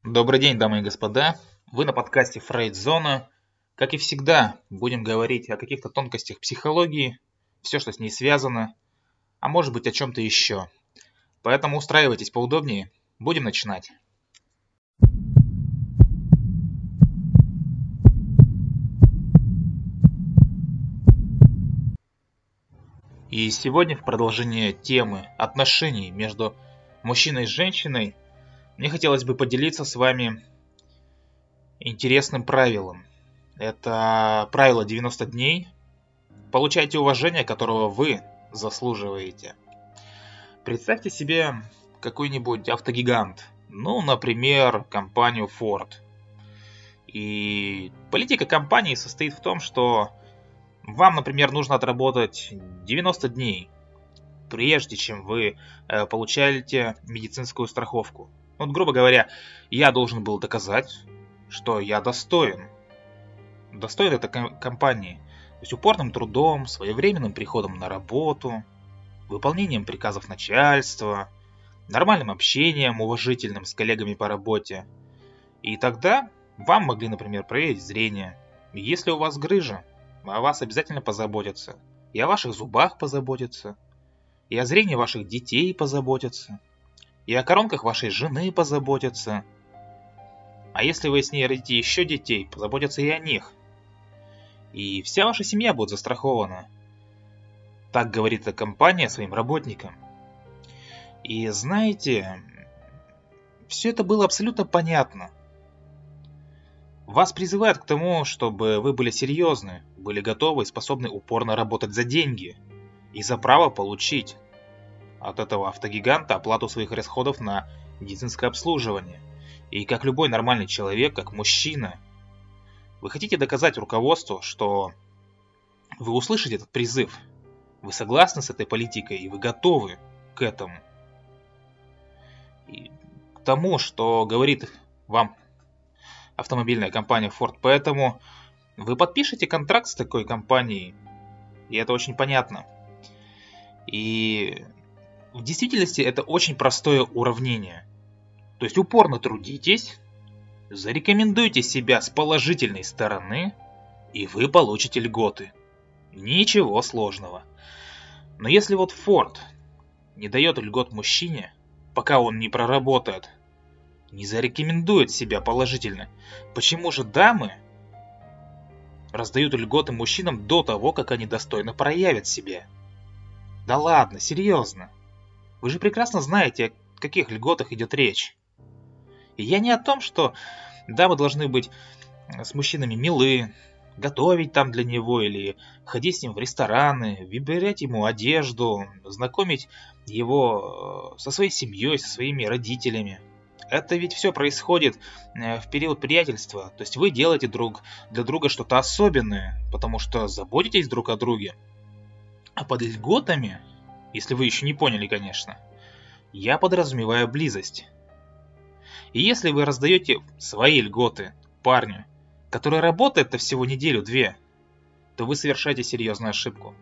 Добрый день, дамы и господа. Вы на подкасте Фрейд-зона. Как и всегда, будем говорить о каких-то тонкостях психологии, все, что с ней связано, а может быть о чем-то еще. Поэтому устраивайтесь поудобнее, будем начинать. И сегодня в продолжение темы отношений между мужчиной и женщиной мне хотелось бы поделиться с вами интересным правилом. Это правило 90 дней. Получайте уважение, которого вы заслуживаете. Представьте себе какой-нибудь автогигант. Например, компанию Ford. И политика компании состоит в том, что вам, например, нужно отработать 90 дней, прежде чем вы получаете медицинскую страховку. Грубо говоря, я должен был доказать, что я достоин этой компании. То есть упорным трудом, своевременным приходом на работу, выполнением приказов начальства, нормальным общением, уважительным с коллегами по работе. И тогда вам могли, например, проверить зрение. Если у вас грыжа, о вас обязательно позаботятся. И о ваших зубах позаботятся. И о зрении ваших детей позаботятся. И о коронках вашей жены позаботятся. А если вы с ней родите еще детей, позаботятся и о них. И вся ваша семья будет застрахована. Так говорит эта компания своим работникам. И знаете, все это было абсолютно понятно. Вас призывают к тому, чтобы вы были серьезны, были готовы и способны упорно работать за деньги и за право получить от этого автогиганта оплату своих расходов на медицинское обслуживание. И как любой нормальный человек, как мужчина, вы хотите доказать руководству, что вы услышите этот призыв, вы согласны с этой политикой и вы готовы к этому. И к тому, что говорит вам автомобильная компания Ford. Поэтому вы подпишете контракт с такой компанией, и это очень понятно. И в действительности это очень простое уравнение. То есть упорно трудитесь, зарекомендуйте себя с положительной стороны, и вы получите льготы. Ничего сложного. Но если вот Ford не дает льгот мужчине, пока он не проработает, не зарекомендует себя положительно, почему же дамы раздают льготы мужчинам до того, как они достойно проявят себя? Да ладно, серьезно. Вы же прекрасно знаете, о каких льготах идет речь. И я не о том, что дамы должны быть с мужчинами милы, готовить там для него или ходить с ним в рестораны, выбирать ему одежду, знакомить его со своей семьей, со своими родителями. Это ведь все происходит в период приятельства. То есть вы делаете друг для друга что-то особенное, потому что заботитесь друг о друге. А под льготами, если вы еще не поняли, конечно, я подразумеваю близость. И если вы раздаете свои льготы парню, который работает-то всего неделю-две, то вы совершаете серьезную ошибку.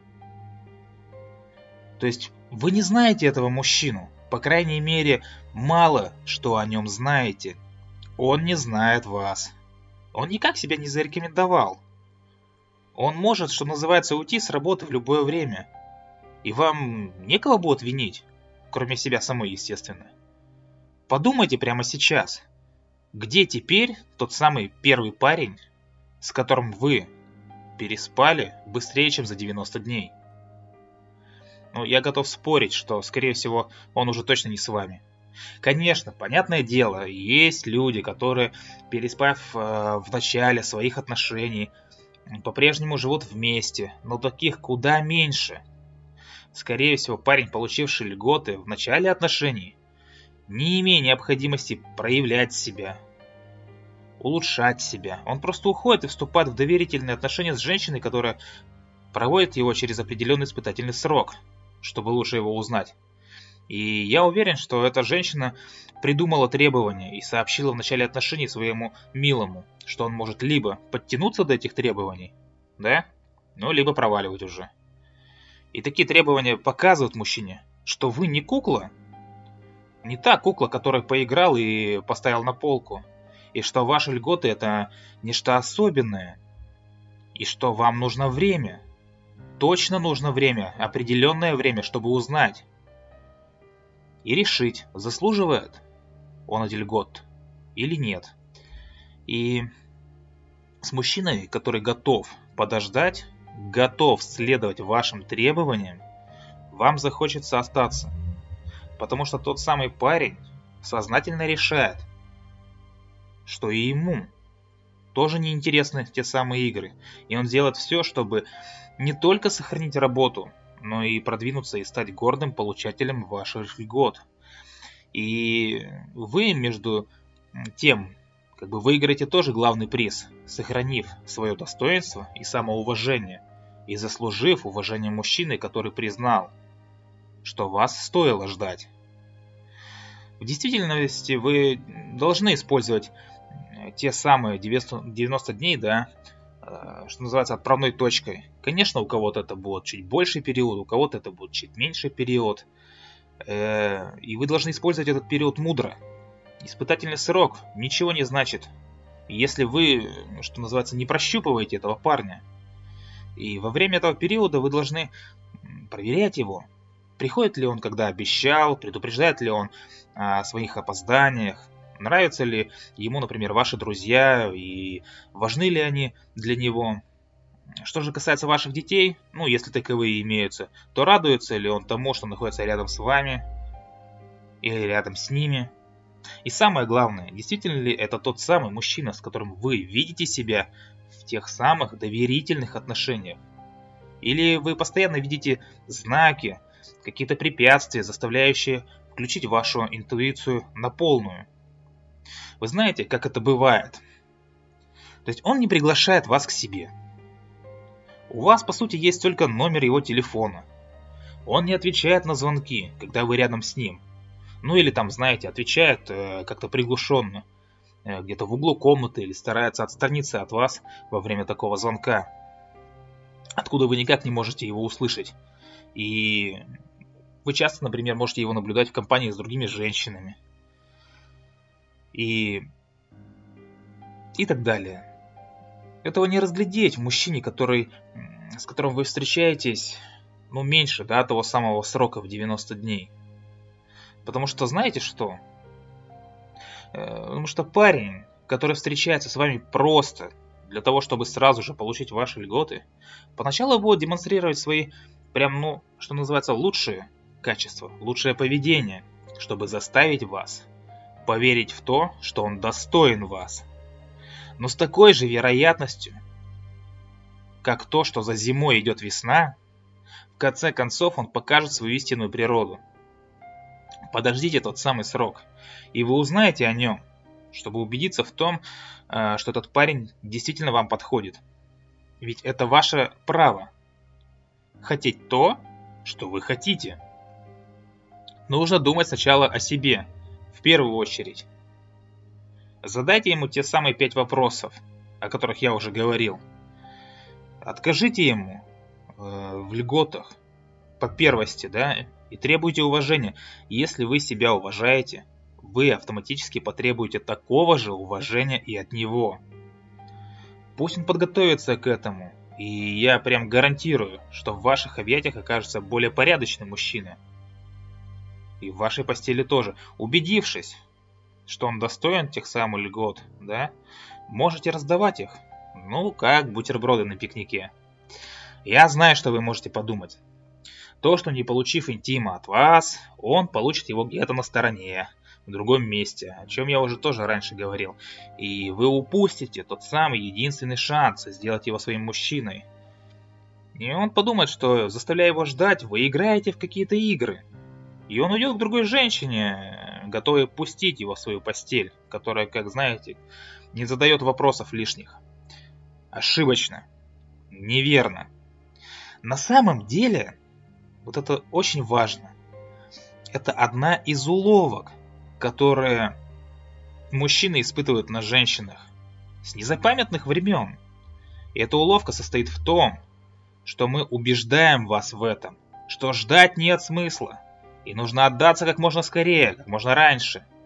То есть вы не знаете этого мужчину. По крайней мере, мало что о нем знаете. Он не знает вас. Он никак себя не зарекомендовал. Он может, что называется, уйти с работы в любое время. И вам некого будет винить, кроме себя самой, естественно. Подумайте прямо сейчас, где теперь тот самый первый парень, с которым вы переспали быстрее, чем за 90 дней? Я готов спорить, что, скорее всего, он уже точно не с вами. Конечно, понятное дело, есть люди, которые, переспав в начале своих отношений, по-прежнему живут вместе, но таких куда меньше. Скорее всего, парень, получивший льготы в начале отношений, не имея необходимости проявлять себя, улучшать себя, он просто уходит и вступает в доверительные отношения с женщиной, которая проводит его через определенный испытательный срок, чтобы лучше его узнать. И я уверен, что эта женщина придумала требования и сообщила в начале отношений своему милому, что он может либо подтянуться до этих требований, да, либо проваливать уже. И такие требования показывают мужчине, что вы не кукла, не та кукла, которой поиграл и поставил на полку, и что ваши льготы это нечто особенное, и что вам нужно время. Точно нужно время, определенное время, чтобы узнать и решить, заслуживает он эти льгот или нет. И с мужчиной, который готов подождать, готов следовать вашим требованиям, вам захочется остаться. Потому что тот самый парень сознательно решает, что и ему тоже неинтересны те самые игры. И он делает все, чтобы не только сохранить работу, но и продвинуться и стать гордым получателем ваших льгот. И вы между тем, выиграете тоже главный приз, сохранив свое достоинство и самоуважение, и заслужив уважение мужчины, который признал, что вас стоило ждать. В действительности вы должны использовать те самые 90 дней, да, что называется, отправной точкой. Конечно, у кого-то это будет чуть больший период, у кого-то это будет чуть меньший период. И вы должны использовать этот период мудро. Испытательный срок ничего не значит, если вы, что называется, не прощупываете этого парня. И во время этого периода вы должны проверять его. Приходит ли он, когда обещал, предупреждает ли он о своих опозданиях, нравятся ли ему, например, ваши друзья и важны ли они для него. Что же касается ваших детей, если таковые имеются, то радуется ли он тому, что находится рядом с вами или рядом с ними. И самое главное, действительно ли это тот самый мужчина, с которым вы видите себя в тех самых доверительных отношениях? Или вы постоянно видите знаки, какие-то препятствия, заставляющие включить вашу интуицию на полную? Вы знаете, как это бывает? То есть он не приглашает вас к себе. У вас, по сути, есть только номер его телефона. Он не отвечает на звонки, когда вы рядом с ним. Или там, знаете, отвечает как-то приглушенно, где-то в углу комнаты или старается отстраниться от вас во время такого звонка, откуда вы никак не можете его услышать. И вы часто, например, можете его наблюдать в компании с другими женщинами. И так далее. Этого не разглядеть в мужчине, с которым вы встречаетесь, меньше, того самого срока в 90 дней. Потому что знаете что? Потому что парень, который встречается с вами просто для того, чтобы сразу же получить ваши льготы, поначалу будет демонстрировать свои что называется, лучшие качества, лучшее поведение, чтобы заставить вас поверить в то, что он достоин вас. Но с такой же вероятностью, как то, что за зимой идет весна, в конце концов он покажет свою истинную природу. Подождите тот самый срок, и вы узнаете о нем, чтобы убедиться в том, что этот парень действительно вам подходит. Ведь это ваше право – хотеть то, что вы хотите. Нужно думать сначала о себе, в первую очередь. Задайте ему те самые 5 вопросов, о которых я уже говорил. Откажите ему в льготах по первости, и требуйте уважения. Если вы себя уважаете, вы автоматически потребуете такого же уважения и от него. Пусть он подготовится к этому, и я прям гарантирую, что в ваших объятиях окажется более порядочный мужчина. И в вашей постели тоже. Убедившись, что он достоин тех самых льгот, можете раздавать их. Как бутерброды на пикнике. Я знаю, что вы можете подумать. То, что не получив интима от вас, он получит его где-то на стороне, в другом месте, о чем я уже тоже раньше говорил. И вы упустите тот самый единственный шанс сделать его своим мужчиной. И он подумает, что, заставляя его ждать, вы играете в какие-то игры. И он уйдет к другой женщине, готовой пустить его в свою постель, которая, как знаете, не задает вопросов лишних. Ошибочно. Неверно. На самом деле, это очень важно. Это одна из уловок, которые мужчины испытывают на женщинах с незапамятных времен. И эта уловка состоит в том, что мы убеждаем вас в этом, что ждать нет смысла, и нужно отдаться как можно скорее, как можно раньше.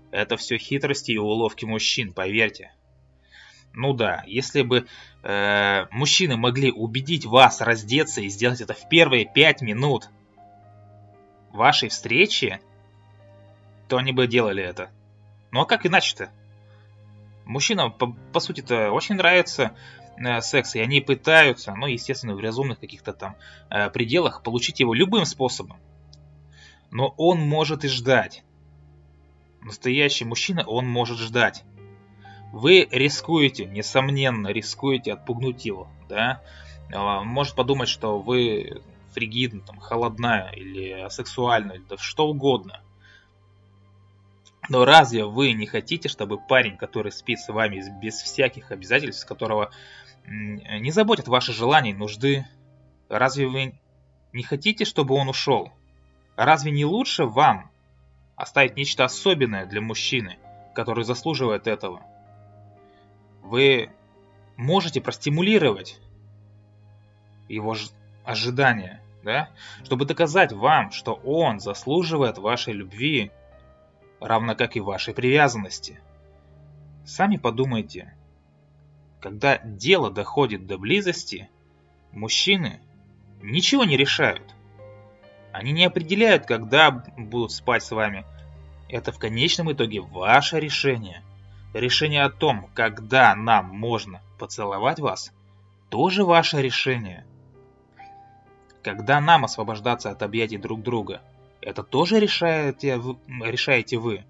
Это все хитрости и уловки мужчин, поверьте. Ну да, если бы мужчины могли убедить вас раздеться и сделать это в первые 5 минут вашей встречи, то они бы делали это. Ну а как иначе-то? Мужчинам, по сути-то, очень нравится секс, и они пытаются, ну, естественно, в разумных каких-то там пределах, получить его любым способом. Но он может и ждать. Настоящий мужчина, он может ждать. Вы рискуете, несомненно, рискуете отпугнуть его, да? Может подумать, что вы фригидна, там, холодная или асексуальная, или да что угодно. Но разве вы не хотите, чтобы парень, который спит с вами без всяких обязательств, которого не заботят ваши желания и нужды, разве вы не хотите, чтобы он ушел? Разве не лучше вам оставить нечто особенное для мужчины, который заслуживает этого? Вы можете простимулировать его ожидания, да? Чтобы доказать вам, что он заслуживает вашей любви, равно как и вашей привязанности. Сами подумайте, когда дело доходит до близости, мужчины ничего не решают. Они не определяют, когда будут спать с вами. Это в конечном итоге ваше решение. Решение о том, когда нам можно поцеловать вас, тоже ваше решение. Когда нам освобождаться от объятий друг друга, это тоже решаете вы.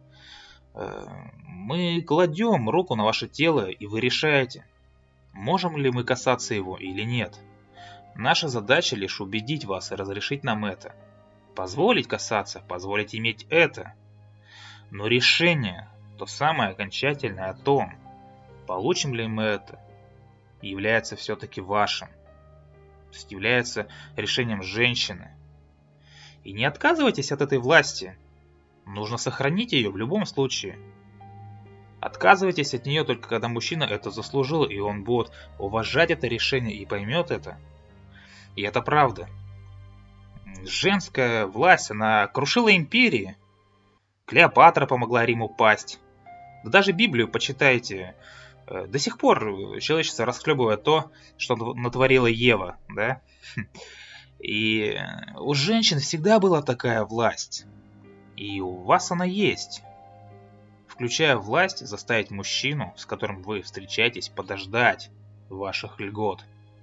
Мы кладем руку на ваше тело, и вы решаете, можем ли мы касаться его или нет. Наша задача лишь убедить вас и разрешить нам это. Позволить касаться, позволить иметь это. Но решение, то самое окончательное о том, получим ли мы это, является все-таки вашим. То есть является решением женщины. И не отказывайтесь от этой власти. Нужно сохранить ее в любом случае. Отказывайтесь от нее только когда мужчина это заслужил, и он будет уважать это решение и поймет это. И это правда. Женская власть, она крушила империи. Клеопатра помогла Риму пасть. Да даже Библию почитайте. До сих пор человечество расхлебывает то, что натворила Ева, да? И у женщин всегда была такая власть. И у вас она есть. Включая власть заставить мужчину, с которым вы встречаетесь, подождать ваших льгот.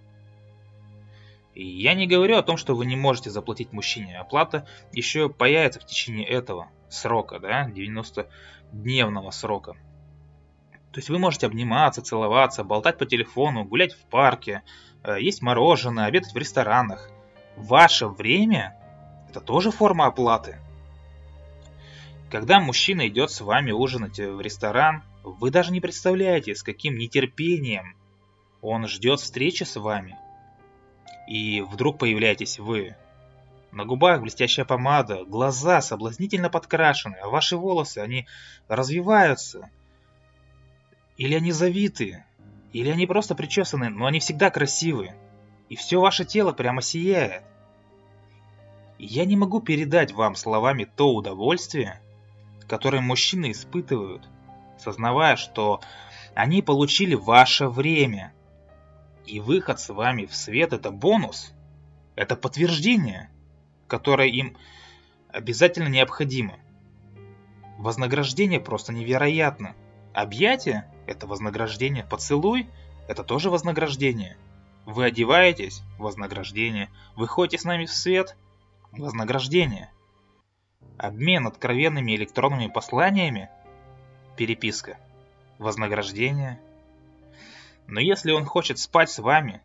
И я не говорю о том, что вы не можете заплатить мужчине. Оплата еще появится в течение этого срока, да, 90-дневного срока. То есть вы можете обниматься, целоваться, болтать по телефону, гулять в парке, есть мороженое, обедать в ресторанах. Ваше время – это тоже форма оплаты. Когда мужчина идет с вами ужинать в ресторан, вы даже не представляете, с каким нетерпением он ждет встречи с вами. И вдруг появляетесь вы. На губах блестящая помада, глаза соблазнительно подкрашены, а ваши волосы, они развиваются. Или они завиты, или они просто причесаны, но они всегда красивы. И все ваше тело прямо сияет. И я не могу передать вам словами то удовольствие, которое мужчины испытывают, сознавая, что они получили ваше время. И выход с вами в свет – это бонус, это подтверждение, которое им обязательно необходимо. Вознаграждение просто невероятно. Объятие – это вознаграждение, поцелуй – это тоже вознаграждение. Вы одеваетесь – вознаграждение, вы ходите с нами в свет – вознаграждение. Обмен откровенными электронными посланиями – переписка, вознаграждение. Но если он хочет спать с вами,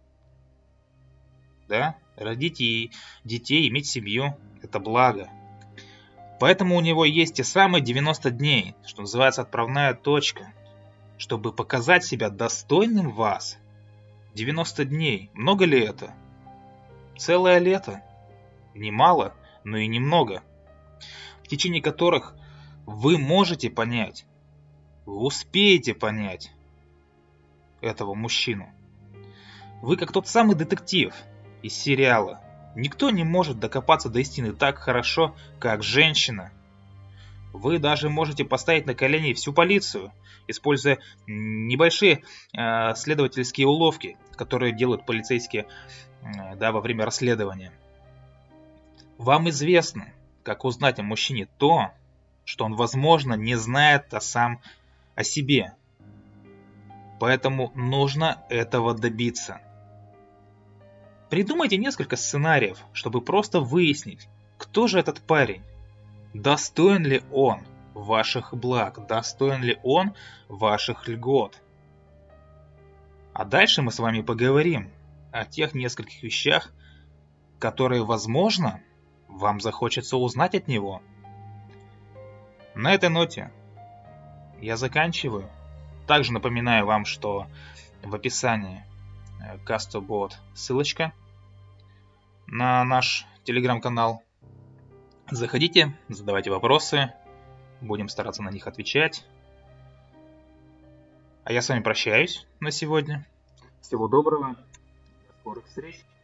да, родить детей, иметь семью – это благо. Поэтому у него есть те самые 90 дней, что называется отправная точка, чтобы показать себя достойным вас. 90 дней, много ли это? Целое лето? Немало, но и немного. В течение которых вы можете понять, вы успеете понять этого мужчину. Вы как тот самый детектив из сериала. Никто не может докопаться до истины так хорошо, как женщина. Вы даже можете поставить на колени всю полицию, используя небольшие следовательские уловки, которые делают полицейские во время расследования. Вам известно, как узнать о мужчине то, что он, возможно, не знает сам о себе. Поэтому нужно этого добиться. Придумайте несколько сценариев, чтобы просто выяснить, кто же этот парень. Достоин ли он ваших благ? Достоин ли он ваших льгот? А дальше мы с вами поговорим о тех нескольких вещах, которые, возможно, вам захочется узнать от него. На этой ноте я заканчиваю. Также напоминаю вам, что в описании к Castobot ссылочка на наш телеграм-канал. Заходите, задавайте вопросы, будем стараться на них отвечать. А я с вами прощаюсь на сегодня. Всего доброго, до скорых встреч.